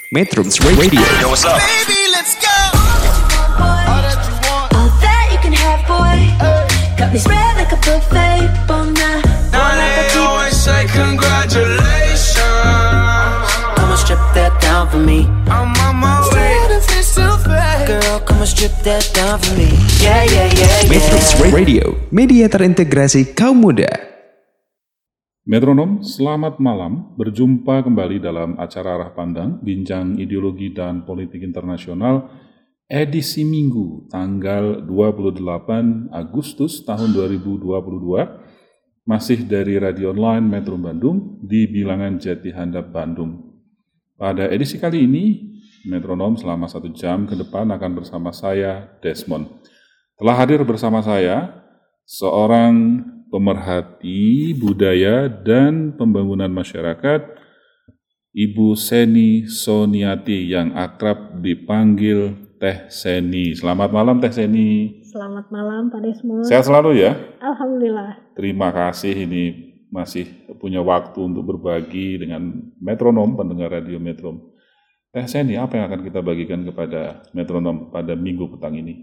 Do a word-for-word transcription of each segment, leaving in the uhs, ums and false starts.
Metrums Radio. Yo, what's up? Baby, let's go. All that you want, all that you can have, boy. Got me spread like a buffet, bon night. Now they always say congratulations. Come on, strip that down for me. I'm on my way. Girl, come on, strip that down for me. Yeah, yeah, yeah, yeah. Metrums Radio, media terintegrasi kaum muda. Metronom, selamat malam. Berjumpa kembali dalam acara Arah Pandang, Bincang Ideologi dan Politik Internasional, edisi Minggu, tanggal dua puluh delapan Agustus tahun dua ribu dua puluh dua, masih dari radio online Metro Bandung di Bilangan Jati Handap, Bandung. Pada edisi kali ini, Metronom selama satu jam ke depan akan bersama saya, Desmond. Telah hadir bersama saya, seorang pemerhati budaya dan pembangunan masyarakat, Ibu Seni Soniati yang akrab dipanggil Teh Seni. Selamat malam Teh Seni. Selamat malam Pak Desmond. Sehat selalu ya? Alhamdulillah. Terima kasih ini masih punya waktu untuk berbagi dengan Metronom, pendengar radio Metrom. Teh Seni, apa yang akan kita bagikan kepada Metronom pada minggu petang ini?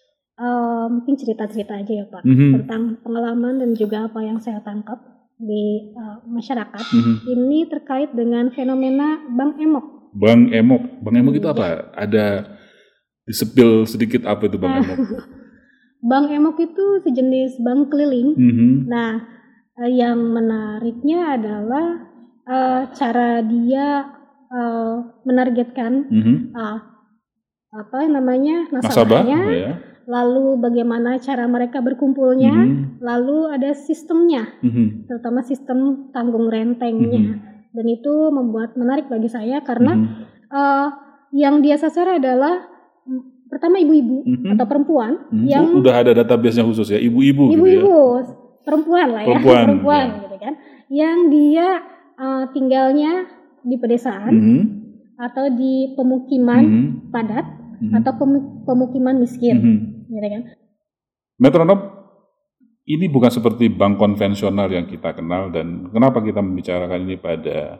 Uh, mungkin cerita-cerita aja ya Pak, mm-hmm. tentang pengalaman dan juga apa yang saya tangkap di uh, masyarakat. Mm-hmm. Ini terkait dengan fenomena Bang Emok. Bang Emok, Bang Emok itu apa? Ada disepil sedikit apa itu Bang Emok? Bang Emok itu sejenis bank keliling. Mm-hmm. Nah, uh, yang menariknya adalah uh, cara dia uh, menargetkan mm-hmm. uh, apa namanya nasabahnya. nasabahnya. Ya. Lalu bagaimana cara mereka berkumpulnya, mm-hmm. lalu ada sistemnya, mm-hmm. terutama sistem tanggung rentengnya, mm-hmm. dan itu membuat menarik bagi saya karena mm-hmm. uh, yang dia sasar adalah pertama ibu-ibu mm-hmm. atau perempuan mm-hmm. yang oh, udah ada database-nya khusus ya, ibu-ibu, ibu-ibu, gitu ya? perempuan lah ya, perempuan, perempuan ya. gitu kan, yang dia uh, tinggalnya di pedesaan mm-hmm. atau di pemukiman mm-hmm. padat mm-hmm. atau pemukiman miskin. Mm-hmm. Gitu kan? Metronom, ini bukan seperti bank konvensional yang kita kenal, dan kenapa kita membicarakan ini pada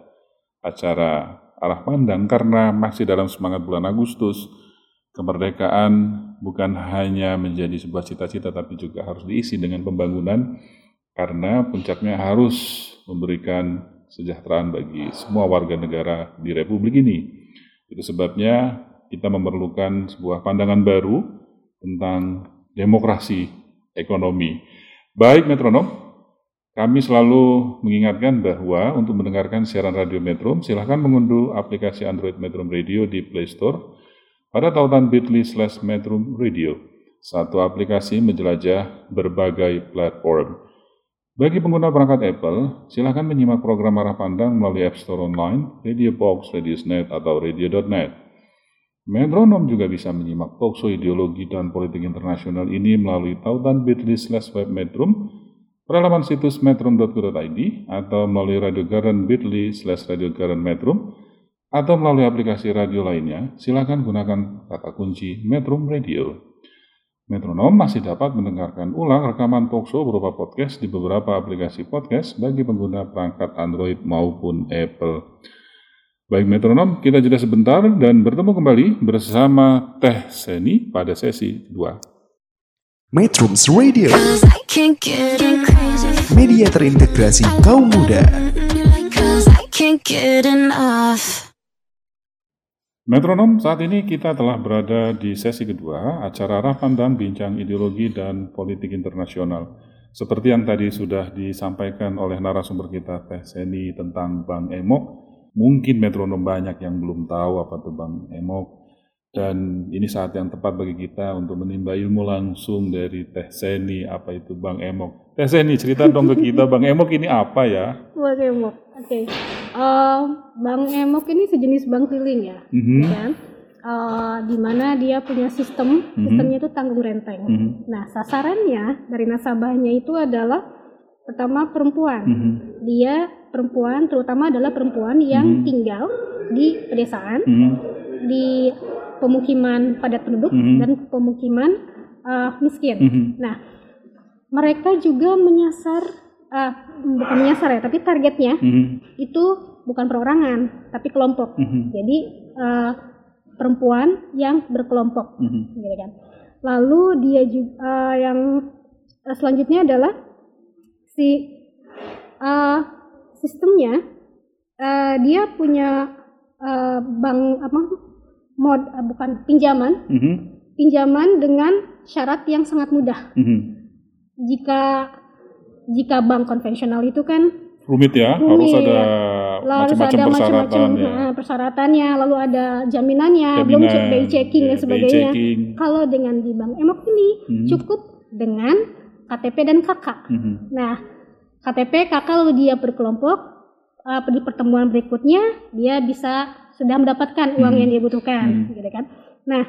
acara Arah Pandang, karena masih dalam semangat bulan Agustus, kemerdekaan bukan hanya menjadi sebuah cita-cita, tapi juga harus diisi dengan pembangunan, karena puncaknya harus memberikan kesejahteraan bagi semua warga negara di Republik ini. Itu sebabnya kita memerlukan sebuah pandangan baru tentang demokrasi ekonomi. Baik Metronom, kami selalu mengingatkan bahwa untuk mendengarkan siaran radio Metro, silahkan mengunduh aplikasi Android Metro Radio di Play Store pada tautan bit.ly slash Metro Radio. Satu aplikasi menjelajah berbagai platform. Bagi pengguna perangkat Apple, silahkan menyimak program Arah Pandang melalui App Store Online, Radio Box, Radiosnet, atau radio dot net. Metronom juga bisa menyimak talkshow ideologi dan politik internasional ini melalui tautan bit.ly slash web metrum, peralaman situs metrum dot co dot id, atau melalui Radio Garden bit.ly slash Radio Garden Metrum, atau melalui aplikasi radio lainnya. Silakan gunakan kata kunci Metrum Radio. Metronom masih dapat mendengarkan ulang rekaman talkshow berupa podcast di beberapa aplikasi podcast bagi pengguna perangkat Android maupun Apple. Baik Metronom, kita jeda sebentar dan bertemu kembali bersama Teh Seni pada sesi kedua. Metrums Radio, media terintegrasi kaum muda. Metronom, saat ini kita telah berada di sesi kedua acara Arah Pandang Bincang Ideologi dan Politik Internasional. Seperti yang tadi sudah disampaikan oleh narasumber kita Teh Seni tentang Bang Emok, mungkin Metronom banyak yang belum tahu apa itu Bang Emok, dan ini saat yang tepat bagi kita untuk menimba ilmu langsung dari Teh Seni apa itu Bang Emok. Teh Seni, cerita dong ke kita Bang Emok ini apa ya? Bang Emok, oke. Okay. Uh, Bang Emok ini sejenis bank keliling ya, mm-hmm. kan? Uh, di mana dia punya sistem, mm-hmm. sistemnya itu tanggung renteng. Mm-hmm. Nah, sasarannya dari nasabahnya itu adalah pertama perempuan. Mm-hmm. Dia perempuan, terutama adalah perempuan yang mm-hmm. tinggal di pedesaan, mm-hmm. di pemukiman padat penduduk mm-hmm. dan pemukiman uh, miskin. Mm-hmm. Nah, mereka juga menyasar, uh, bukan menyasar ya, tapi targetnya mm-hmm. itu bukan perorangan, tapi kelompok. Mm-hmm. Jadi uh, perempuan yang berkelompok, mm-hmm. gitu kan. Lalu dia juga uh, yang uh, selanjutnya adalah si uh, sistemnya uh, dia punya uh, bank apa mod uh, bukan pinjaman, mm-hmm. pinjaman dengan syarat yang sangat mudah. Mm-hmm. Jika jika bank konvensional itu kan rumit ya, rumit, harus ada macam-macam persyaratan ya. Nah, persyaratannya, lalu ada jaminannya, Jaminan, belum cek B I checking dan sebagainya. Kalau dengan di Bank Emok ini hmm. cukup dengan K T P dan K K. Hmm. Nah, K T P K K lalu dia berkelompok, uh, di pertemuan berikutnya dia bisa sudah mendapatkan uang hmm. yang dia butuhkan, hmm. gitu kan. Nah,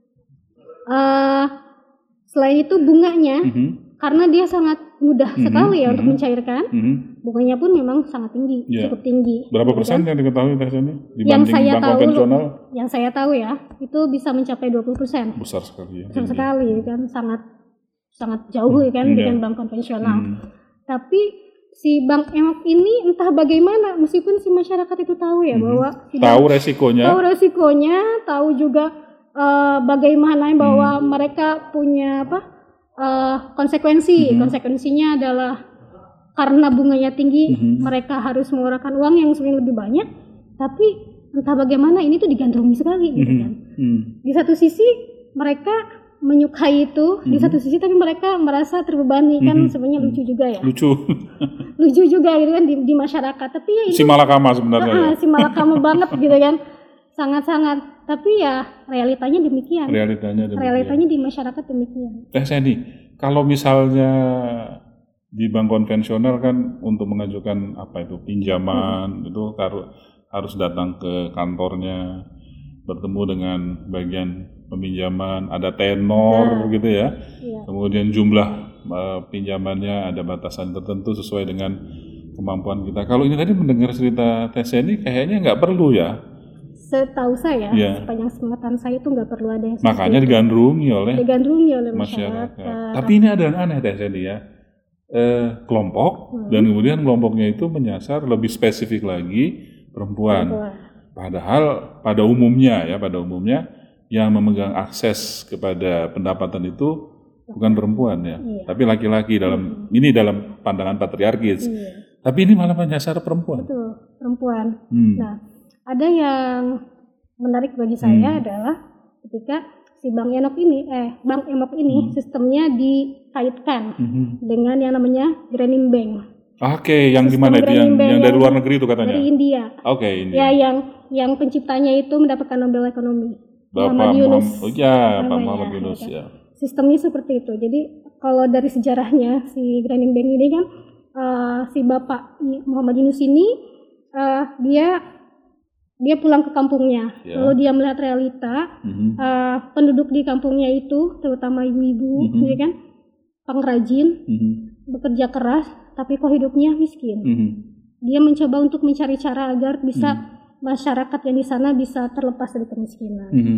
uh, selain itu bunganya, hmm. karena dia sangat mudah mm-hmm, sekali ya mm-hmm, untuk mencairkan, mm-hmm. bunganya pun memang sangat tinggi, yeah. cukup tinggi. Berapa persen yang diketahui Teh Sandy dibanding yang saya bank tahu, konvensional? Yang saya tahu ya, itu bisa mencapai dua puluh persen. Besar sekali ya. Besar tinggi. Sekali kan, sangat sangat jauh ya kan mm, dengan yeah. bank konvensional. Mm. Tapi si Bank Emok ini entah bagaimana, meskipun si masyarakat itu tahu ya mm-hmm. bahwa tahu resikonya, tahu resikonya, tahu juga uh, bagaimana bahwa mm. mereka punya apa? Uh, konsekuensi, mm-hmm. konsekuensinya adalah karena bunganya tinggi, mm-hmm. mereka harus mengeluarkan uang yang sebenarnya lebih banyak, tapi entah bagaimana ini tuh digandrungi sekali, mm-hmm. gitu kan. Mm-hmm. Di satu sisi mereka menyukai itu, mm-hmm. di satu sisi tapi mereka merasa terbebani, mm-hmm. kan sebenarnya lucu juga ya. Lucu. Lucu juga gitu kan di, di masyarakat, tapi ya itu si malakama sebenarnya. Uh, ya. Si malakama banget gitu kan. Sangat-sangat, tapi ya realitanya demikian. Realitanya demikian. Realitanya di masyarakat demikian. Teh Sandy, kalau misalnya di bank konvensional kan untuk mengajukan apa itu pinjaman hmm. itu harus datang ke kantornya, bertemu dengan bagian peminjaman, ada tenor nah, gitu ya. Iya. Kemudian jumlah uh, pinjamannya ada batasan tertentu sesuai dengan kemampuan kita. Kalau ini tadi mendengar cerita Teh Sandy kayaknya nggak perlu ya. Setahu saya, ya. sepanjang pengetahuan saya itu nggak perlu ada yang makanya itu. digandrungi oleh digandrungi oleh masyarakat. masyarakat. Tapi ini ada yang aneh Teh Sandy ya, eh, kelompok hmm. dan kemudian kelompoknya itu menyasar lebih spesifik lagi perempuan. perempuan. Padahal pada umumnya ya, pada umumnya yang memegang akses kepada pendapatan itu bukan perempuan ya, iya. tapi laki-laki dalam hmm. ini dalam pandangan patriarkis. Iya. Tapi ini malah menyasar perempuan. Betul, perempuan. Hmm. Nah. Ada yang menarik bagi saya hmm. adalah ketika si Bank Emok ini, eh Bank Emok ini hmm. sistemnya dikaitkan hmm. dengan yang namanya Grameen Bank. Oke, okay, yang di mana itu yang, yang dari luar negeri itu katanya? Dari India. Oke, okay, India. Ya, yang yang penciptanya itu mendapatkan Nobel Ekonomi. Bapak Muhammad Yunus. Oh ya, Pak Muhammad Yunus ya. ya. Sistemnya seperti itu. Jadi kalau dari sejarahnya si Grameen Bank ini kan uh, si Bapak Muhammad Yunus ini uh, dia Dia pulang ke kampungnya, yeah. lalu dia melihat realita mm-hmm. uh, penduduk di kampungnya itu, terutama ibu-ibu, mm-hmm. ya kan, pengrajin, mm-hmm. bekerja keras, tapi kok hidupnya miskin. Mm-hmm. Dia mencoba untuk mencari cara agar bisa mm-hmm. masyarakat yang di sana bisa terlepas dari kemiskinan. Mm-hmm.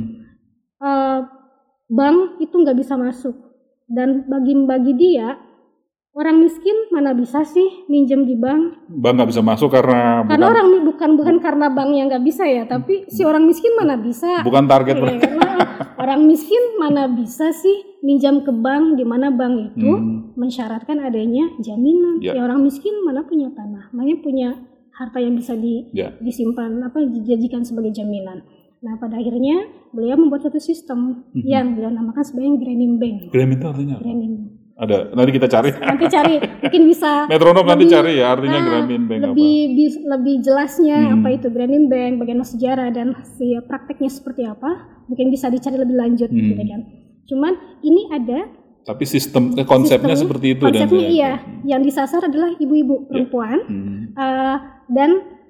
Uh, bank itu nggak bisa masuk, dan bagi-bagi dia. Orang miskin mana bisa sih minjem di bank? Bank nggak bisa masuk karena karena bukan, orang bukan bukan karena banknya nggak bisa ya, tapi si orang miskin mana bisa? Bukan target ya, karena orang miskin mana bisa sih minjam ke bank, di mana bank itu hmm. mensyaratkan adanya jaminan. Ya. Ya orang miskin mana punya tanah, mana punya harta yang bisa di, ya. disimpan apa dijadikan sebagai jaminan. Nah pada akhirnya beliau membuat satu sistem hmm. yang beliau namakan sebagai Grameen Bank. Grameen itu artinya? Grameen. Ada, nanti kita cari. Nanti cari, mungkin bisa. Metronom nanti cari ya, artinya nah, Grameen Bank lebih, apa? Bis, lebih jelasnya hmm. apa itu Grameen Bank, bagaimana sejarah dan si prakteknya seperti apa, mungkin bisa dicari lebih lanjut, hmm. gitu kan. Cuman ini ada. Tapi sistem, eh, konsepnya sistem, seperti itu. Konsepnya dan, iya, ya. Yang disasar adalah ibu-ibu perempuan ya. hmm. uh, dan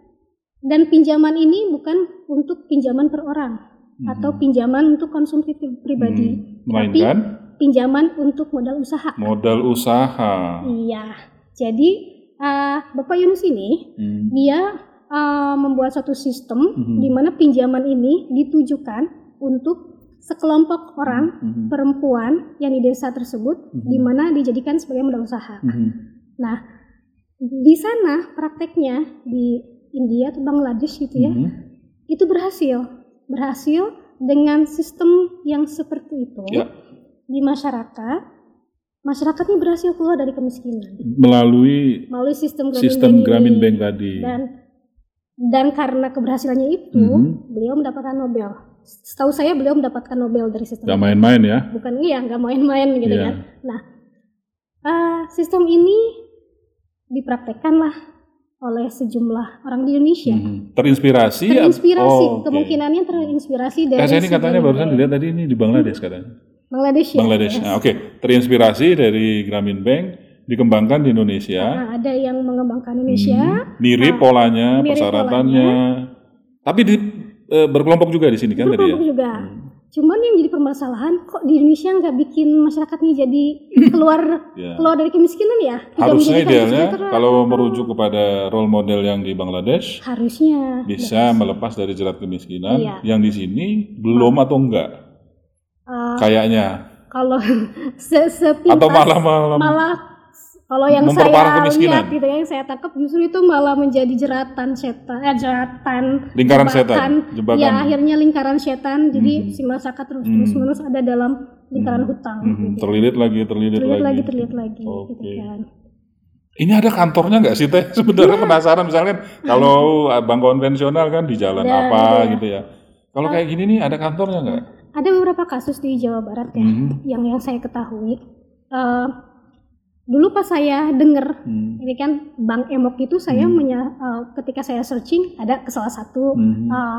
dan pinjaman ini bukan untuk pinjaman per orang hmm. atau pinjaman untuk konsumsi pribadi, hmm. melainkan pinjaman untuk modal usaha. Modal usaha. Iya. Jadi uh, Bapak Yunus ini hmm. dia uh, membuat suatu sistem hmm. di mana pinjaman ini ditujukan untuk sekelompok orang hmm. perempuan yang di desa tersebut hmm. di mana dijadikan sebagai modal usaha. Hmm. Nah, di sana prakteknya di India atau Bangladesh gitu ya, Mhm. itu berhasil, berhasil dengan sistem yang seperti itu Ya. di masyarakat, masyarakatnya berhasil keluar dari kemiskinan Melalui melalui sistem Grameen sistem Bank ini. Grameen Bank tadi. dan dan karena keberhasilannya itu, Mhm. beliau mendapatkan Nobel. Setahu saya beliau mendapatkan Nobel dari sistem Gak ini. main-main ya. Bukan iya, nggak main-main gitu Iya. kan. Nah, uh, sistem ini dipraktekkan lah oleh sejumlah orang di Indonesia. Mhm. Terinspirasi? Terinspirasi, Oh, oke. kemungkinannya terinspirasi dari Eh, saya ini si katanya Grameen barusan Bank. dilihat tadi ini di Bangladesh katanya. Bangladesh ya. Bangladesh. Yes. Nah, oke, terinspirasi dari Grameen Bank dikembangkan di Indonesia. Nah, ada yang mengembangkan Indonesia, Hmm, mirip polanya, mirip persyaratannya. Tapi di, eh, berkelompok juga di sini kan tadi ya. berkelompok juga. Cuman yang jadi permasalahan, kok di Indonesia nggak bikin masyarakatnya jadi keluar Ya. keluar dari kemiskinan ya? Tidak Harusnya menjadikan idealnya sejahtera. kalau merujuk kepada role model yang di Bangladesh harusnya bisa melepas dari jerat kemiskinan. Iya. Yang di sini belum atau enggak? Uh, Kayaknya. kalau se sepintas Atau malah malah, malah kalau yang memperparah saya kemiskinan. lihat gitu ya, yang saya tangkap justru itu malah menjadi jeratan setan, eh, jeratan Lingkaran jebakan. setan, jebakan. Ya akhirnya lingkaran setan. Jadi Mhm. si masyarakat terus terus menerus ada dalam lingkaran hutang. Mhm, Gitu. terlilit lagi, terlilit, Terlihat lagi. lagi, terlihat lagi, Oke. gitu kan. Ini ada kantornya nggak sih Teh? Sebenarnya penasaran misalnya kalau bank konvensional kan di jalan Ada, apa ada. gitu ya. Kalau kayak gini nih ada kantornya nggak? Ada beberapa kasus di Jawa Barat ya, Mhm. yang yang saya ketahui. Eh, dulu pas saya dengar Hmm. ini kan Bank Emok itu, saya Hmm. menya, eh, ketika saya searching ada ke salah satu Mhm. eh,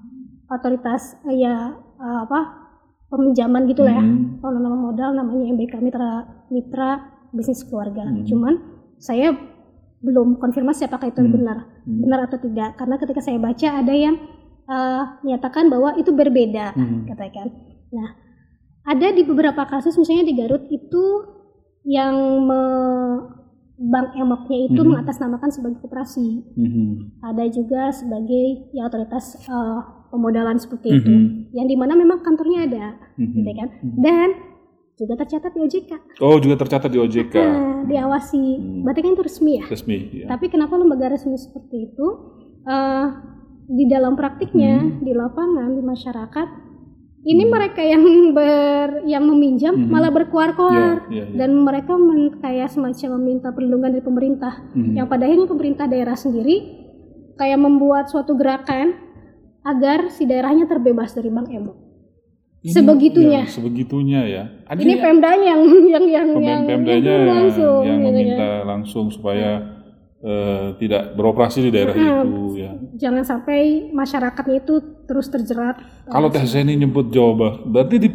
otoritas eh, ya eh, apa peminjaman gitu lah ya, Mhm. penanaman modal namanya M B K Mitra Mitra Bisnis Keluarga. Mhm. Cuman saya belum konfirmasi apakah itu Hmm. benar Hmm. benar atau tidak, karena ketika saya baca ada yang eh, menyatakan bahwa itu berbeda, Hmm. katakan. Nah, ada di beberapa kasus misalnya di Garut itu yang me- Bank Emoknya itu Mhm. mengatasnamakan sebagai koperasi. Mhm. Ada juga sebagai ya otoritas eh, pemodalan seperti itu, Mhm. yang dimana memang kantornya ada, Mhm. gitu kan, dan juga tercatat di O J K, Oh juga tercatat di O J K. nah, diawasi, Hmm. berarti kan itu resmi ya. Resmi. Ya. Tapi kenapa lembaga resmi seperti itu eh, di dalam praktiknya, Hmm. di lapangan, di masyarakat, ini mereka yang ber yang meminjam Hmm. malah berkoar-koar, Ya, ya, ya. dan mereka men, kayak semacam meminta perlindungan dari pemerintah, Hmm. yang pada akhirnya pemerintah daerah sendiri kayak membuat suatu gerakan agar si daerahnya terbebas dari Bank Emok. Ini- sebegitunya. ya, sebegitunya ya. Ada Ini ya, Pemdanya yang yang yang yang Pemdanya yang langsung, yang gitu kan. meminta langsung supaya eh, tidak beroperasi di daerah Nah, itu ya. Jangan sampai masyarakatnya itu terus terjerat. Kalau Teh Zeni nyebut Jawa Barat, berarti di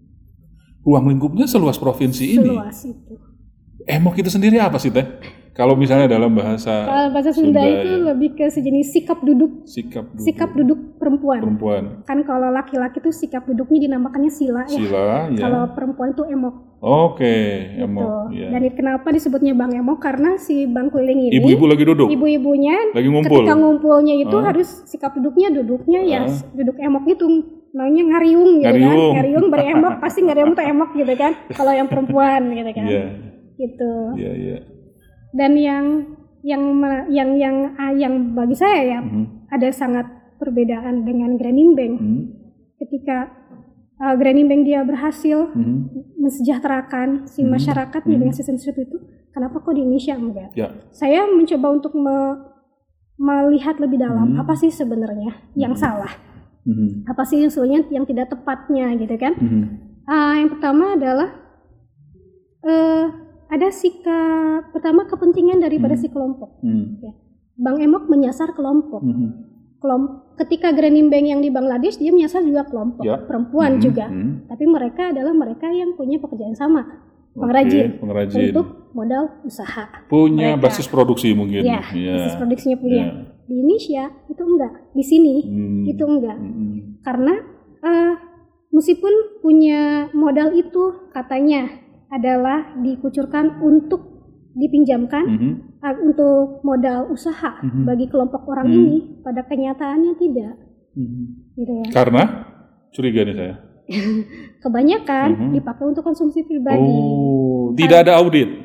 ruang lingkupnya seluas provinsi ini. Seluas itu. Emok itu sendiri apa sih Teh? Kalau misalnya dalam bahasa Kalau bahasa Sunda, Sunda, itu ya. lebih ke sejenis sikap duduk, sikap duduk sikap duduk perempuan. perempuan, Kan kalau laki-laki itu sikap duduknya dinamakannya sila ya. sila ya. Kalau perempuan itu emok. Oke, Gitu. emok ya. Dan kenapa disebutnya Bank Emok? Karena si bank keliling ini, Ibu-ibu lagi duduk, ibu-ibunya lagi ngumpul. ketika ngumpulnya itu Ah. harus sikap duduknya duduknya ya Ah. duduk emok itu, namanya ngariung gitu Ngariung. kan, ngariung beremok, pasti ngariung tuh emok gitu kan, kalau yang perempuan gitu kan, Iya, gitu. iya, iya. Dan yang yang me- yang yang ah, yang bagi saya ya Mhm. ada sangat perbedaan dengan Grameen Bank. Mhm. Ketika uh, Grameen Bank dia berhasil Mhm. mensejahterakan si Hmm. masyarakatnya Hmm. dengan sistem seperti itu, kenapa kok di Indonesia enggak? Ya. Saya mencoba untuk me- melihat lebih dalam Hmm. apa sih sebenarnya yang salah, Mhm. apa sih yang sebenarnya yang tidak tepatnya gitu kan? Mhm. Ah, yang pertama adalah eh, ada sikap pertama kepentingan daripada Hmm. si kelompok. Mhm. Bank Emok menyasar kelompok. Mhm. Kelom- ketika Grameen Bank yang di Bangladesh dia menyasar juga kelompok Ya. perempuan Mhm. juga. Mhm. Tapi mereka adalah mereka yang punya pekerjaan sama, Oke, pengrajin, pengrajin. untuk modal usaha. Punya mereka. basis produksi mungkin. Ya, Iya. bisnis produksinya punya. Ya. Di Indonesia itu enggak, di sini Hmm. itu enggak. Mhm. Karena eh, meskipun punya modal itu katanya adalah dikucurkan untuk dipinjamkan Mhm. uh, untuk modal usaha Mhm. bagi kelompok orang Hmm. ini, pada kenyataannya tidak, Mhm. gitu ya. Karena curiga nih saya. Kebanyakan Mhm. dipakai untuk konsumsi pribadi. Oh, tidak ada audit.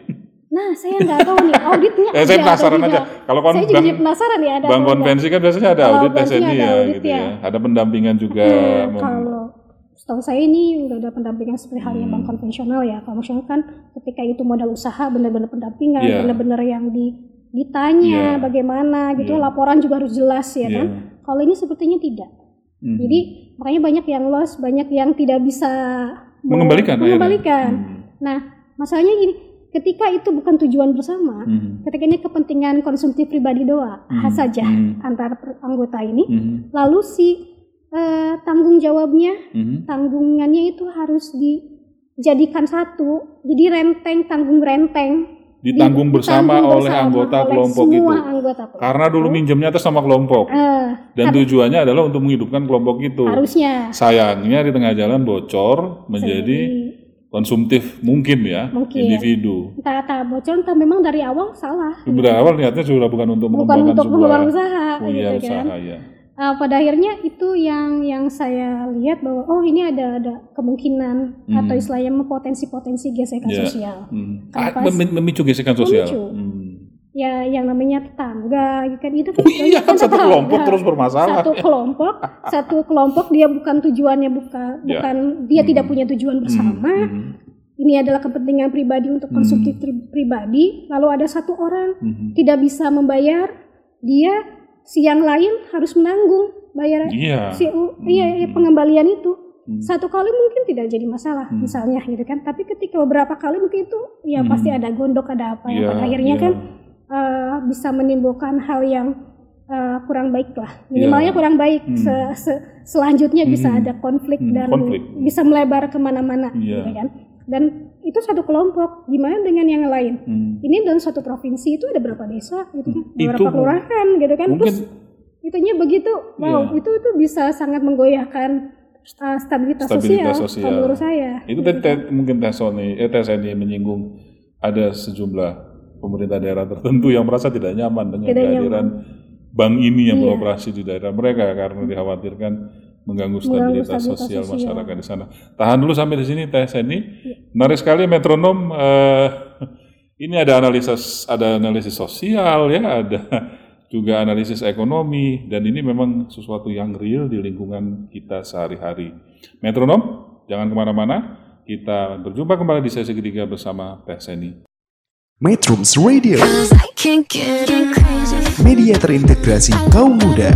Nah, saya nggak tahu nih auditnya. eh, saya penasaran aja. Kalau kon- saya juga bank, jadi penasaran ya. Ada bank konvensi kan biasanya ada Kalau audit T S N I bank ya, ada audit gitu ya. ya. Ada pendampingan juga. Nah, mem- kalau setahu saya ini nggak ada pendampingan seperti halnya Hmm. bank konvensional ya. Kalau konvensional kan ketika itu modal usaha benar-benar pendampingan, Iya. benar-benar yang di, ditanya Iya. bagaimana gitu, Iya. laporan juga harus jelas ya Iya. kan. Kalau ini sepertinya tidak. Mhm. Jadi makanya banyak yang loss, banyak yang tidak bisa Mengembalikan mengembalikan. akhirnya. Hmm. Nah, masalahnya gini, ketika itu bukan tujuan bersama, Mhm. ketika ini kepentingan konsumtif pribadi doang Mhm. saja Mhm. antara per- anggota ini, Mhm. lalu si eh, tanggung jawabnya, Mhm. tanggungannya itu harus dijadikan satu, jadi renteng, tanggung renteng, Ditanggung Di- bersama ditanggung oleh bersama anggota oleh kelompok semua itu. anggota kelompok. Karena dulu minjemnya atas sama kelompok. Eh, Dan tujuannya adalah untuk menghidupkan kelompok itu. harusnya Sayangnya di tengah jalan bocor menjadi Jadi, konsumtif mungkin ya, Mungkin. individu. entah entah bocor, entah memang dari awal salah. Berawal niatnya sudah bukan untuk Bukan mengembangkan untuk sebuah pengembangan usaha, punya gitu kan. usaha ya. Uh, pada akhirnya itu yang yang saya lihat bahwa oh ini ada ada kemungkinan Hmm. atau istilahnya potensi-potensi gesekan Ya. sosial. Hmm. Kan Ah, pas- mem- memicu gesekan sosial. Memicu. Hmm. Ya yang namanya tetangga kan itu Oh iya kan satu tetangga. kelompok terus bermasalah. Satu kelompok, satu kelompok dia bukan tujuannya bukan Ya. bukan dia Hmm. tidak punya tujuan bersama. Hmm. Ini adalah kepentingan pribadi untuk Hmm. konsumtif pri- pribadi. Lalu ada satu orang Hmm. tidak bisa membayar, dia si yang lain harus menanggung bayar Iya. si u- Hmm. iya, iya, pengembalian itu. Hmm. Satu kali mungkin tidak jadi masalah Hmm. misalnya gitu kan, tapi ketika beberapa kali mungkin itu ya Hmm. pasti ada gondok, ada apa yang Iya, pada akhirnya iya. kan uh, bisa menimbulkan hal yang uh, kurang baik lah, minimalnya Iya. kurang baik. Hmm. Se- se- selanjutnya bisa Hmm. ada konflik Hmm, dan konflik. bisa melebar kemana-mana Iya. gitu kan. Dan itu satu kelompok, gimana dengan yang lain? Hmm. Ini dalam satu provinsi itu ada berapa desa gitu kan, Itu beberapa kelurahan gitu kan. Mungkin Terus itunya begitu, wow, Iya. itu itu bisa sangat menggoyahkan uh, stabilitas, stabilitas sosial, sosial. kalau menurut saya. Itu tadi te- mungkin T S N I, eh, T S N I menyinggung ada sejumlah pemerintah daerah tertentu yang merasa tidak nyaman dengan Tidak kehadiran bank ini yang Iya. beroperasi di daerah mereka karena dikhawatirkan mengganggu stabilitas, stabilitas sosial, sosial. masyarakat di sana. Tahan dulu sampai di sini T S N I. Iya. Menarik sekali metronom. eh, ini ada analisis, ada analisis sosial ya, ada juga analisis ekonomi, dan ini memang sesuatu yang real di lingkungan kita sehari-hari. Metronom, jangan kemana-mana. Kita berjumpa kembali di sesi ketiga bersama T S N I. Metrums Radio, Cause I can't get crazy. media terintegrasi kaum muda.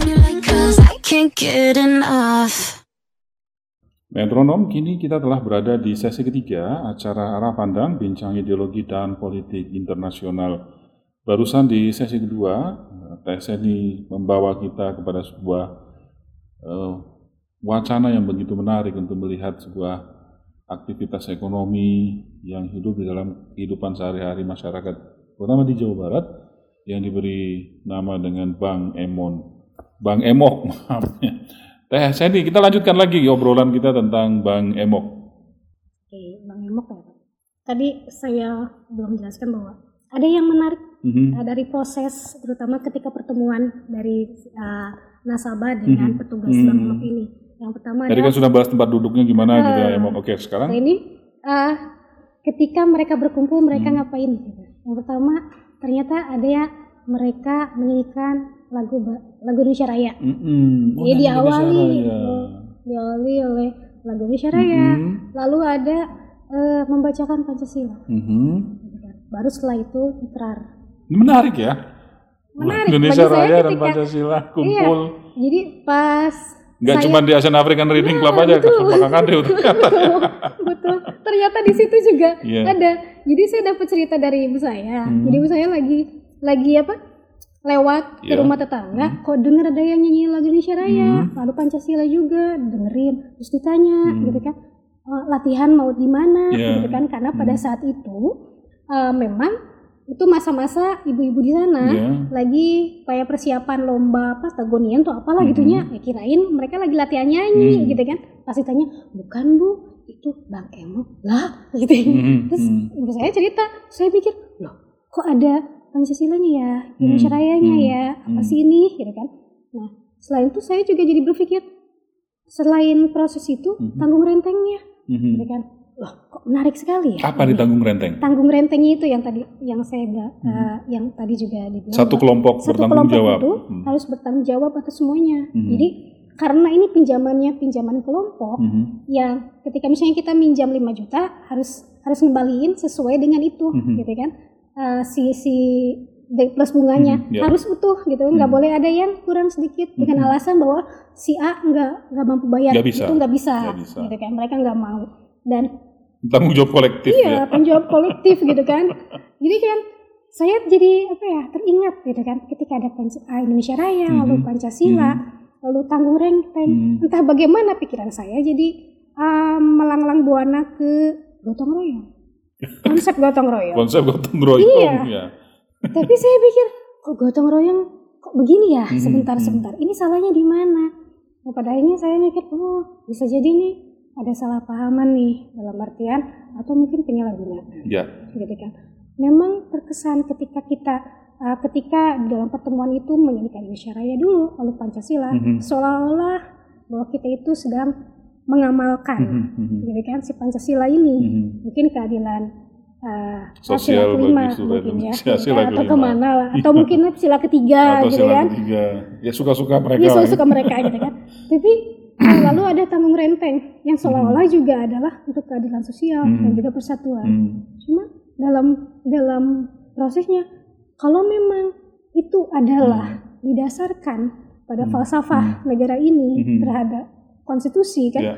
Cause I can't get enough. Metronom, kini kita telah berada di sesi ketiga acara Arah Pandang, Bincang Ideologi dan Politik Internasional. Barusan di sesi kedua, T S N I membawa kita kepada sebuah uh, wacana yang begitu menarik untuk melihat sebuah aktivitas ekonomi yang hidup di dalam kehidupan sehari-hari masyarakat, terutama di Jawa Barat, yang diberi nama dengan Bank Emon. Bank Emok, maaf. T S N I, kita lanjutkan lagi obrolan kita tentang Bank Emok. Oke, Bang Emok ya. Tadi saya belum jelaskan bahwa ada yang menarik Mhm. uh, dari proses, terutama ketika pertemuan dari uh, nasabah dengan Mhm. petugas Mhm. Bank Emok ini. Yang pertama Tadi kan adalah sudah bahas tempat duduknya gimana Ah. gitu ya Emok. Oke, sekarang nah ini uh, ketika mereka berkumpul mereka Hmm. ngapain? Gitu. Yang pertama ternyata ada ya mereka menyanyikan lagu ba- lagu Indonesia Raya. Mm-mm. Oh, Dia nyanyi diawali, Indonesia Raya. oh, diawali oleh lagu Indonesia Raya. Mhm. Lalu ada uh, membacakan Pancasila. Mhm. Gitu kan. Baru setelah itu ikrar. Ini menarik ya. Menarik. Indonesia Bagi saya Raya dan ketika- Pancasila kumpul. Jadi pas Nggak saya- cuma di Asian African Reading Club Nah, aja, betul. sama Kang Andre udah. betul, betul. Ternyata di situ juga Iya. ada. Jadi saya dapat cerita dari ibu saya. Hmm. Jadi ibu saya lagi lagi apa? Lewat ke Iya. rumah tetangga, kok denger ada yang nyanyi lagu Indonesia Raya, Hmm. lalu Pancasila juga dengerin, terus ditanya, Hmm. gitu kan, "E, latihan mau di mana, Iya. gitu kan? Karena pada Hmm. saat itu e, memang itu masa-masa ibu-ibu di sana Iya. lagi kayak persiapan lomba apa tagonian tuh apalah Mhm. gitunya, ya kirain mereka lagi latihan nyanyi, Hmm. gitu kan? Pas ditanya, bukan bu, itu Bang Emok lah, gitu. Mhm. Terus Mhm. ibu saya cerita, saya pikir, loh kok ada Pancasilanya ya, Indonesia Hmm, Rayanya hmm, ya, apa hmm. sih ini, gitu kan? Nah, selain itu saya juga jadi berpikir, selain proses itu, Mhm. tanggung rentengnya, Mhm. gitu kan? loh kok menarik sekali ya. Apa di tanggung renteng? Tanggung rentengnya itu yang tadi yang saya hmm. uh, yang tadi juga dibilang. Satu kelompok satu bertanggung kelompok jawab. itu hmm. harus bertanggung jawab atas semuanya. Hmm. Jadi karena ini pinjamannya pinjaman kelompok, hmm. yang ketika misalnya kita minjam lima juta harus harus ngembaliin sesuai dengan itu, hmm. gitu kan? Uh, si si plus bunganya hmm, yeah. harus utuh gitu, nggak hmm. boleh ada yang kurang sedikit hmm. dengan alasan bahwa si A nggak nggak mampu bayar, gak bisa. itu nggak bisa, Gak bisa, gitu kan? Mereka nggak mau dan tanggung jawab kolektif. Iya, ya. tanggung jawab kolektif gitu kan. Jadi kan saya jadi apa ya teringat gitu kan, ketika ada Indonesia Raya, hmm. lalu Pancasila, hmm. lalu tanggung renteng, hmm. entah bagaimana pikiran saya jadi um, melanglang buana ke gotong royong. Konsep gotong royong. Konsep gotong royong. Iya. Ya. Tapi saya pikir, kok gotong royong kok begini ya, sebentar-sebentar. Ini salahnya di mana? Nah, pada akhirnya saya mikir, oh bisa jadi nih ada salah pahaman nih dalam artian atau mungkin penyalahgunaan. Ya. Gitu kan. Memang terkesan ketika kita uh, ketika dalam pertemuan itu menyanyikan Indonesia Raya dulu, lalu Pancasila, mm-hmm. seolah-olah bahwa kita itu sedang mengamalkan, mm-hmm. gitu kan, si Pancasila ini, mm-hmm. mungkin keadilan. Uh, sosial kelima, bagi seluruh mungkin ya, sila atau kemana lah, atau mungkin sila ketiga, atau gitu sila kan? Ketiga. Ya suka-suka mereka. Ya suka-suka mereka, gitu kan. Tapi lalu ada tanggung renteng yang seolah-olah hmm. juga adalah untuk keadilan sosial hmm. dan juga persatuan. Hmm. Cuma dalam dalam prosesnya, kalau memang itu adalah hmm. didasarkan pada hmm. falsafah hmm. negara ini hmm. terhadap konstitusi kan, yeah.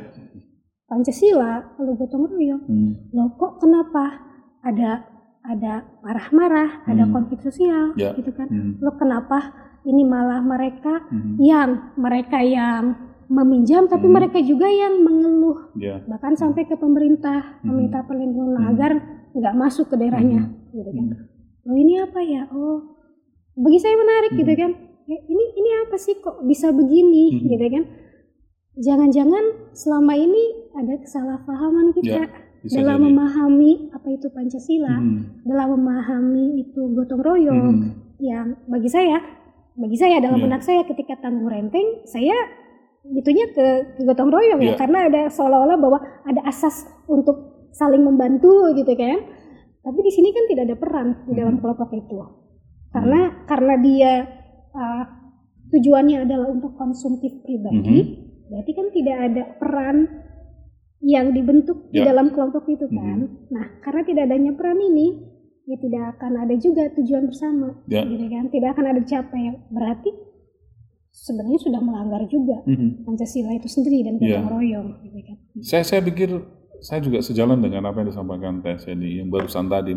Pancasila, lalu gotong royong, hmm. loh kok kenapa? ada ada marah-marah, hmm. ada konflik sosial, yeah. gitu kan? Hmm. Lo kenapa ini malah mereka hmm. yang mereka yang meminjam, tapi hmm. mereka juga yang mengeluh, yeah. bahkan sampai ke pemerintah hmm. meminta perlindungan hmm. agar nggak masuk ke daerahnya, hmm. gitu kan? Hmm. Oh ini apa ya? Oh bagi saya menarik, hmm. gitu kan? Ini ini apa sih kok bisa begini, hmm. gitu kan? Jangan-jangan selama ini ada kesalahpahaman kita. Yeah. Bisa dalam jadi. Memahami apa itu Pancasila, hmm. dalam memahami itu gotong royong, hmm. yang bagi saya, bagi saya dalam yeah. benak saya ketika tanggung renteng, saya itunya ke, ke gotong royong yeah. ya, karena ada seolah-olah bahwa ada asas untuk saling membantu gitu kan. Tapi di sini kan tidak ada peran di dalam hmm. kelompok itu, karena hmm. karena dia uh, tujuannya adalah untuk konsumtif pribadi, hmm. berarti kan tidak ada peran yang dibentuk ya. Di dalam kelompok itu kan. Mm-hmm. Nah, karena tidak adanya peran ini, ya tidak akan ada juga tujuan bersama, ya. Gitu kan? Tidak akan ada capai. Berarti sebenarnya sudah melanggar juga mm-hmm. Pancasila itu sendiri dan gotong ya. Royong. Gitu kan? Saya saya pikir saya juga sejalan dengan apa yang disampaikan Teh Seni yang barusan tadi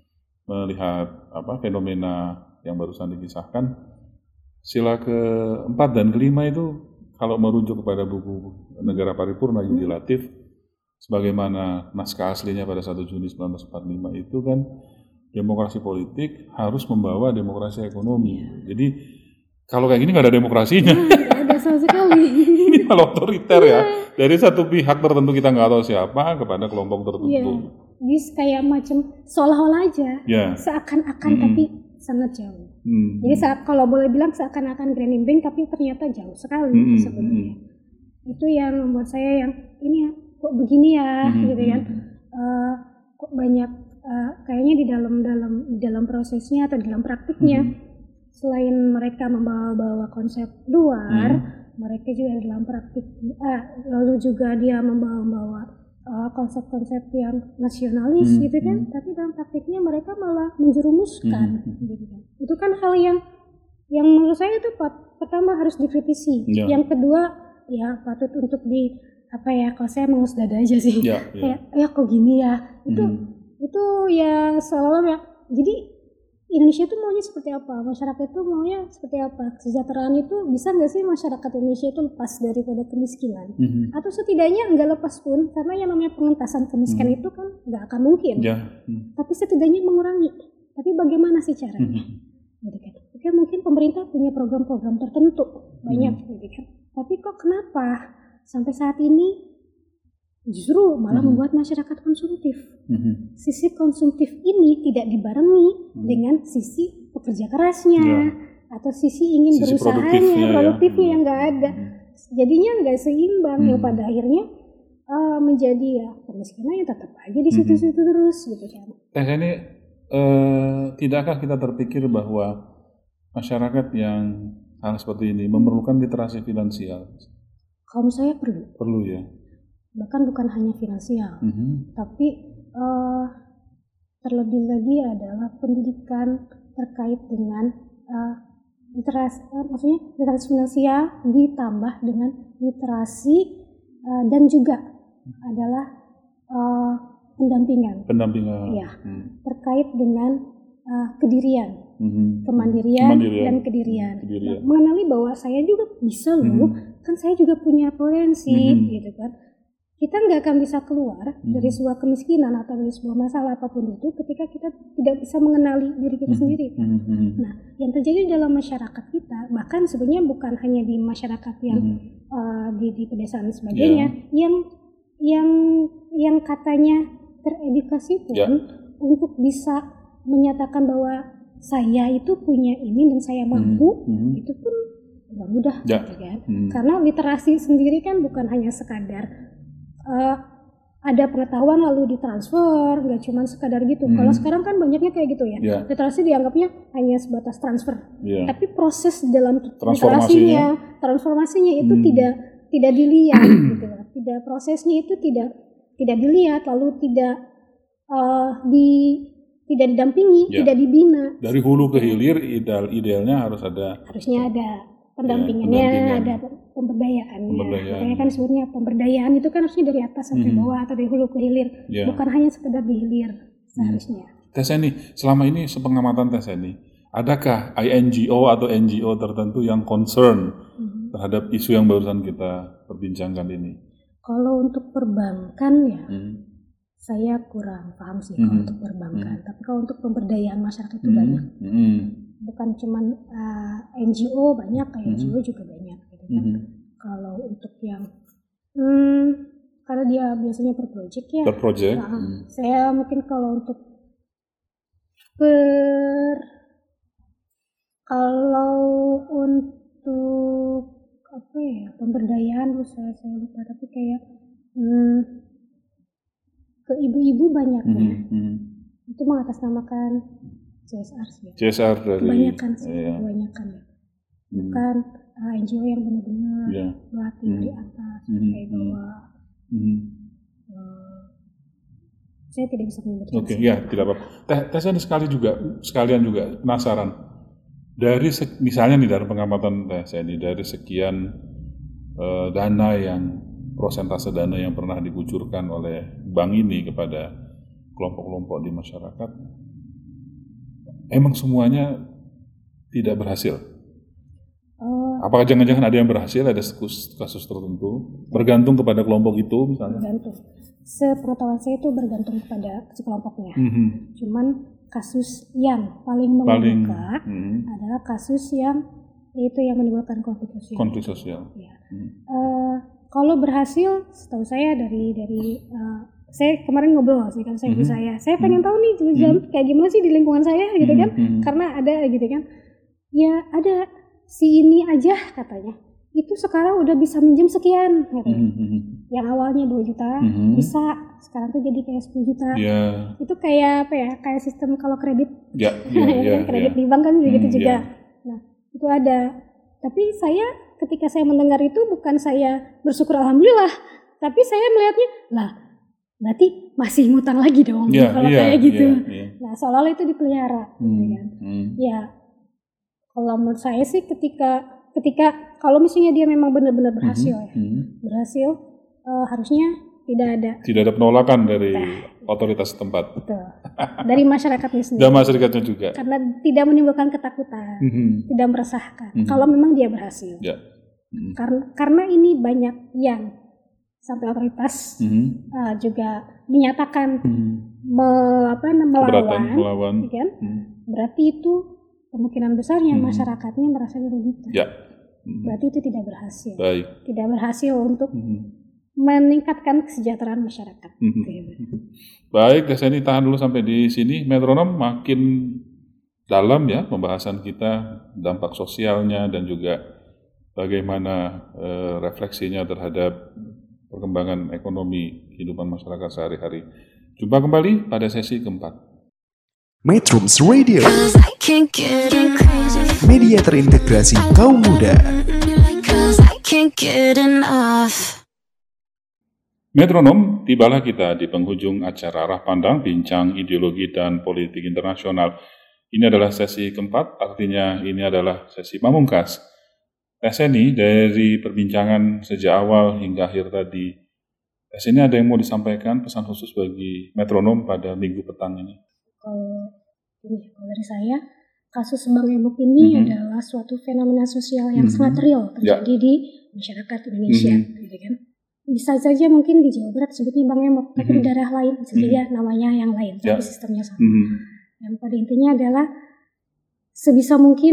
melihat apa fenomena yang barusan dikisahkan. Sila keempat dan kelima itu kalau merujuk kepada buku Negara Paripurna Yudilatif, hmm. sebagaimana naskah aslinya pada satu Juni seribu sembilan ratus empat puluh lima itu kan demokrasi politik harus membawa demokrasi ekonomi. Jadi kalau kayak gini nggak ada demokrasinya. Nggak ada sama sekali. Ini malah otoriter ya. Dari satu pihak tertentu kita nggak tahu siapa kepada kelompok tertentu. Iya. Jadi kayak macam seolah-olah aja, ya. Seakan-akan hmm. tapi sangat jauh. Hmm. Jadi saat kalau boleh bilang seakan-akan grand imbang tapi ternyata jauh sekali hmm. sebenarnya. Hmm. Itu yang membuat saya yang ini ya kok begini ya, hmm. gitu kan. Uh, kok banyak uh, kayaknya di dalam dalam di dalam prosesnya atau di dalam praktiknya hmm. selain mereka membawa-bawa konsep luar, hmm. mereka juga dalam praktik uh, lalu juga dia membawa-bawa uh, konsep-konsep yang nasionalis hmm. gitu kan, hmm. tapi dalam praktiknya mereka malah menjerumuskan hmm. gitu kan. Itu kan hal yang yang menurut saya itu pertama harus dikritisi, ya. Yang kedua ya patut untuk di apa ya, kalau saya mengus dada aja sih, ya, ya. kayak ya kok gini ya, itu hmm. itu yang seolah-olah ya. Jadi Indonesia itu maunya seperti apa, masyarakat itu maunya seperti apa, kesejahteraan itu bisa nggak sih masyarakat Indonesia itu lepas daripada kemiskinan, mm-hmm. atau setidaknya nggak lepas pun, karena yang namanya pengentasan kemiskinan mm-hmm. itu kan nggak akan mungkin, yeah. mm-hmm. tapi setidaknya mengurangi. Tapi bagaimana sih caranya? Mm-hmm. Gitu kan. Oke, mungkin pemerintah punya program-program tertentu banyak, mm-hmm. gitu kan. Tapi kok kenapa sampai saat ini justru malah hmm. membuat masyarakat konsumtif. Hmm. Sisi konsumtif ini tidak dibarengi hmm. dengan sisi pekerja kerasnya ya. Atau sisi ingin sisi berusahanya, produktifnya, produktifnya ya. Yang nggak ada. Hmm. Jadinya nggak seimbang hmm. ya pada akhirnya uh, menjadi ya kemiskinan yang tetap aja di situ-situ mm-hmm. terus gitu kan. Teh ini uh, tidakkah kita terpikir bahwa masyarakat yang hal seperti ini memerlukan literasi finansial? Kalau saya perlu. Perlu ya. Bahkan bukan hanya finansial, mm-hmm. tapi uh, terlebih lagi adalah pendidikan terkait dengan uh, literasi, uh, maksudnya literasi finansial ditambah dengan literasi uh, dan juga adalah uh, pendampingan. Pendampingan. Ya, hmm. terkait dengan uh, kedirian, hmm. kemandirian, Kemandirian dan kedirian. kedirian. Nah, mengenali bahwa saya juga bisa loh, hmm. kan saya juga punya potensi, hmm. gitu kan. Kita nggak akan bisa keluar hmm. dari sebuah kemiskinan atau dari sebuah masalah apapun itu ketika kita tidak bisa mengenali diri kita hmm. sendiri. Hmm. Nah, yang terjadi dalam masyarakat kita, bahkan sebenarnya bukan hanya di masyarakat yang hmm. uh, di, di pedesaan dan sebagainya, yeah. yang yang yang katanya teredukasi pun yeah. untuk bisa menyatakan bahwa saya itu punya ini dan saya mampu, hmm. itu pun nggak mudah, yeah. gitu kan? Hmm. Karena literasi sendiri kan bukan hanya sekadar Uh, ada pengetahuan lalu ditransfer, nggak cuma sekadar gitu. Hmm. Kalau sekarang kan banyaknya kayak gitu ya. Yeah. Literasi dianggapnya hanya sebatas transfer. Yeah. Tapi proses dalam literasinya, transformasinya itu hmm. tidak tidak dilihat, gitu. Tidak prosesnya itu tidak tidak dilihat, lalu tidak uh, di tidak didampingi, yeah. tidak dibina. Dari hulu ke hilir ideal idealnya harus ada. Harusnya ada pendampingannya, ya, pendampingan. Ada pemberdayaan. Pemberdayaan. Makanya kan sebenarnya pemberdayaan itu kan harusnya dari atas sampai hmm. bawah atau dari hulu ke hilir, ya. Bukan hanya sekedar di hilir seharusnya. Hmm. Teh Seni, selama ini sepengamatan Teh Seni, adakah I N G O atau N G O tertentu yang concern hmm. terhadap isu yang barusan kita perbincangkan ini? Kalau untuk perbankan ya, hmm. saya kurang paham sih hmm. kalau untuk perbankan. Hmm. Tapi kalau untuk pemberdayaan masyarakat itu hmm. banyak. Hmm. Bukan cuma uh, N G O banyak, kayak mm-hmm. N G O juga banyak gitu kan. Mm-hmm. Kalau untuk yang hmm, karena dia biasanya per project ya. Per project. Nah, mm. Saya mungkin kalau untuk per kalau untuk apa ya pemberdayaan terus saya saya lupa tapi kayak hmm, ke ibu-ibu banyaknya mm-hmm. itu mengatasnamakan C S R sih. C S R dari kebanyakan sih, iya. kebanyakan ya. Bukan hmm. uh, N G O yang benar-benar yeah. melatih hmm. dari atas hmm. kayak bawah. Hmm. Uh, saya tidak bisa menyebutkan. Oke, okay, ya tidak apa-apa. Teh, teh saya sekali juga, sekalian juga penasaran. Dari misalnya nih dari pengamatan teh saya ini dari sekian uh, dana yang prosentase dana yang pernah dikucurkan oleh bank ini kepada kelompok-kelompok di masyarakat. Emang semuanya tidak berhasil? Uh, Apakah jangan-jangan ada yang berhasil, ada kasus, kasus tertentu? Bergantung kepada kelompok itu misalnya? Bergantung. Sepengetahuan saya itu bergantung kepada si kelompoknya. Mm-hmm. Cuman kasus yang paling mengemuka mm-hmm. adalah kasus yang itu yang menimbulkan konflik sosial. Konflik sosial. Ya. Mm-hmm. Uh, kalau berhasil, setahu saya dari dari uh, saya kemarin ngobrol sih kan saya mm-hmm. saya saya pengen tahu nih mm-hmm. kayak gimana sih di lingkungan saya gitu kan mm-hmm. karena ada gitu kan ya ada si ini aja katanya itu sekarang udah bisa minjem sekian katanya mm-hmm. yang awalnya dua juta mm-hmm. bisa sekarang tuh jadi kayak sepuluh juta yeah. itu kayak apa ya kayak sistem kalau kredit yeah, yeah, yeah, kredit yeah. di bank kan begitu mm, juga yeah. Nah itu ada tapi saya ketika saya mendengar itu bukan saya bersyukur alhamdulillah tapi saya melihatnya lah berarti masih ngutang lagi dong yeah, kalau yeah, kayak gitu. Yeah, yeah. Nah seolah-olah itu dipelihara, hmm, gitu kan. Hmm. Ya kalau menurut saya sih ketika ketika kalau misalnya dia memang benar-benar berhasil hmm, ya, hmm. berhasil uh, harusnya tidak ada tidak ada penolakan dari nah, otoritas setempat. Betul. Dari masyarakatnya sendiri. Dan masyarakatnya juga. Karena tidak menimbulkan ketakutan, hmm. tidak meresahkan. Hmm. Kalau memang dia berhasil. Yeah. Hmm. Karena karena ini banyak yang sampai otoritas mm-hmm. uh, juga menyatakan mm-hmm. me, apa, melawan, melawan. Kan? Mm-hmm. Berarti itu kemungkinan besarnya mm-hmm. masyarakatnya merasa dirugikan. Ya. Mm-hmm. Berarti itu tidak berhasil. Baik. Tidak berhasil untuk mm-hmm. meningkatkan kesejahteraan masyarakat. Mm-hmm. Baik, Teh Seni tahan dulu sampai di sini. Metronom makin dalam ya pembahasan kita dampak sosialnya dan juga bagaimana uh, refleksinya terhadap perkembangan ekonomi kehidupan masyarakat sehari-hari. Jumpa kembali pada sesi keempat. Metrums Radio, media terintegrasi kaum muda. Metronom, tibalah kita di penghujung acara Arah Pandang, Bincang Ideologi dan Politik Internasional. Ini adalah sesi keempat, artinya ini adalah sesi pamungkas. Teh Seni, dari perbincangan sejak awal hingga akhir tadi, Teh Seni ada yang mau disampaikan pesan khusus bagi metronom pada minggu petang ini? Kalau ini kalau dari saya, kasus Bang Emok ini mm-hmm. adalah suatu fenomena sosial yang mm-hmm. sangat real terjadi yeah. di masyarakat Indonesia, mm-hmm. gitu kan. Bisa saja mungkin di Jawa Barat sebutnya Bang Emok, tapi mm-hmm. di daerah lain bisa saja mm-hmm. namanya yang lain, tapi yeah. sistemnya sama. Mm-hmm. Yang pada intinya adalah sebisa mungkin,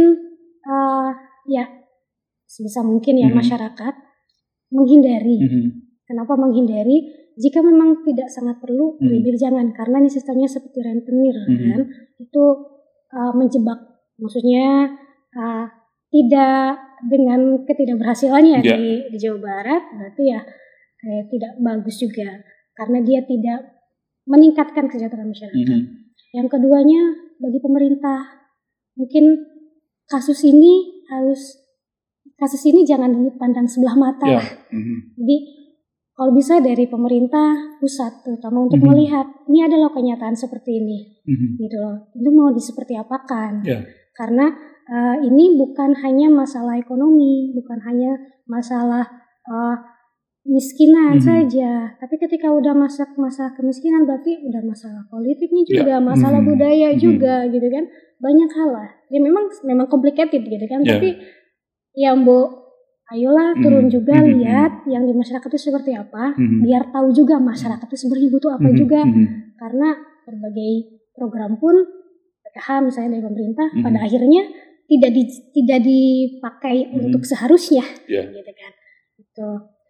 uh, ya sebisa mungkin ya mm-hmm. masyarakat menghindari. Mm-hmm. Kenapa menghindari? Jika memang tidak sangat perlu, mm-hmm. lebih jangan, karena ini sistemnya seperti rentenir, mm-hmm. kan, itu uh, menjebak. Maksudnya uh, tidak dengan ketidakberhasilannya yeah. di, di Jawa Barat, berarti ya Eh, tidak bagus juga karena dia tidak meningkatkan kesejahteraan masyarakat. Mm-hmm. Yang keduanya bagi pemerintah mungkin kasus ini harus kasus ini jangan dipandang sebelah mata yeah. lah. Mm-hmm. Jadi kalau bisa dari pemerintah pusat terutama untuk mm-hmm. melihat ini adalah kenyataan seperti ini, mm-hmm. gitu loh. Itu mau diseperti apakan? Yeah. Karena uh, ini bukan hanya masalah ekonomi, bukan hanya masalah uh, miskinan mm-hmm. saja, tapi ketika udah masuk masa kemiskinan berarti udah masalah politiknya juga, yeah. masalah mm-hmm. budaya juga, mm-hmm. gitu kan, banyak hal lah. Ya memang memang complicated gitu kan, yeah. tapi ya Mbok, ayolah turun mm-hmm. juga mm-hmm. lihat yang di masyarakat itu seperti apa, mm-hmm. biar tahu juga masyarakat itu sebenarnya butuh apa mm-hmm. juga, mm-hmm. karena berbagai program pun P K H misalnya dari pemerintah mm-hmm. pada akhirnya tidak di, tidak dipakai mm-hmm. untuk seharusnya, yeah. gitu kan, gitu.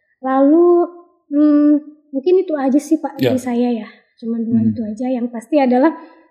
Lalu hmm, mungkin itu aja sih Pak dari yeah. saya ya, cuma dua hmm. itu aja. Yang pasti adalah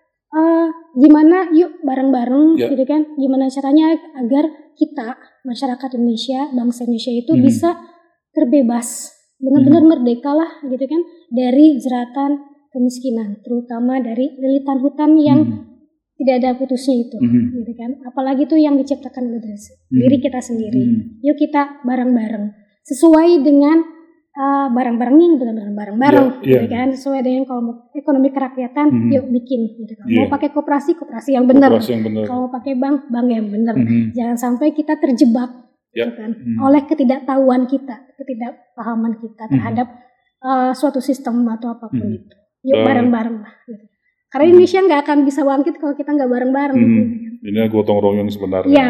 uh, gimana yuk bareng-bareng yeah. gitu kan, gimana caranya agar kita masyarakat Indonesia, bangsa Indonesia itu hmm. bisa terbebas, benar-benar hmm. merdeka lah gitu kan dari jeratan kemiskinan, terutama dari lilitan hutan yang hmm. tidak ada putusnya itu, hmm. gitu kan. Apalagi itu yang diciptakan oleh hmm. diri kita sendiri. Hmm. Yuk kita bareng-bareng. Sesuai dengan uh, barang-barangnya yang benar-benar barang-barang, yeah, yeah. gitu kan, sesuai dengan kalau ekonomi kerakyatan, mm-hmm. yuk bikin, gitu kan. Yeah. Mau pakai koperasi, koperasi yang benar. Kalau pakai bank, bank yang benar. Mm-hmm. Jangan sampai kita terjebak, yeah. gitu kan, mm-hmm. oleh ketidaktahuan kita, ketidakpahaman kita terhadap mm-hmm. uh, suatu sistem atau apapun mm-hmm. itu. Yuk uh, bareng-bareng lah. Gitu. Karena Indonesia nggak akan bisa bangkit kalau kita nggak bareng-bareng. Mm-hmm. Gitu. Ini gotong royong sebenarnya. Iya,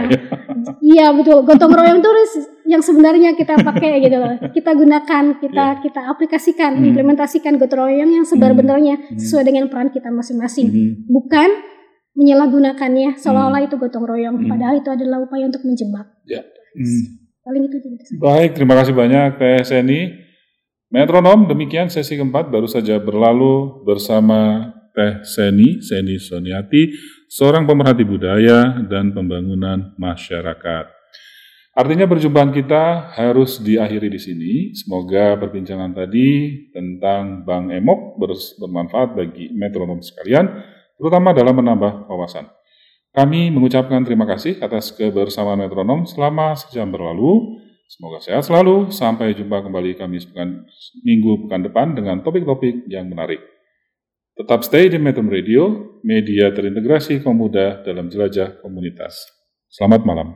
iya betul. Gotong royong itu yang sebenarnya kita pakai gitu loh. Kita gunakan, kita yeah. kita aplikasikan, mm. implementasikan gotong royong yang sebenarnya mm. sesuai dengan peran kita masing-masing. Mm. Bukan menyalahgunakannya seolah-olah mm. itu gotong royong. Mm. Padahal itu adalah upaya untuk menjebak. Yeah. Mm. Paling itu juga. Baik, terima kasih banyak Teh Seni. Metronom, demikian sesi keempat baru saja berlalu bersama Teh Seni, Seni Soniati, seorang pemerhati budaya dan pembangunan masyarakat. Artinya perjumpaan kita harus diakhiri di sini. Semoga perbincangan tadi tentang Bang Emok bermanfaat bagi metronom sekalian, terutama dalam menambah wawasan. Kami mengucapkan terima kasih atas kebersamaan metronom selama sejam berlalu. Semoga sehat selalu. Sampai jumpa kembali Kamis pekan, minggu pekan depan dengan topik-topik yang menarik. Tetap stay di Metrum Radio, media terintegrasi kaum muda dalam jelajah komunitas. Selamat malam.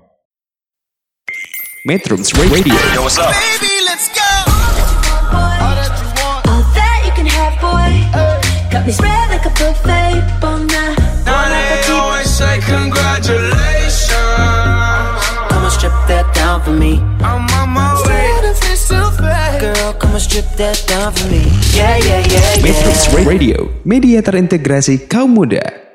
Metrum Radio. Yo, what's up? Baby, let's go. All that you want, all that you can have, boy. Got me spread like a buffet, bon now. Now they always say congratulations. Come on, strip that down for me. I'm on my way. Girl, come on, strip that down for me. Yeah, yeah, yeah, yeah. Metrum Radio, media terintegrasi kaum muda.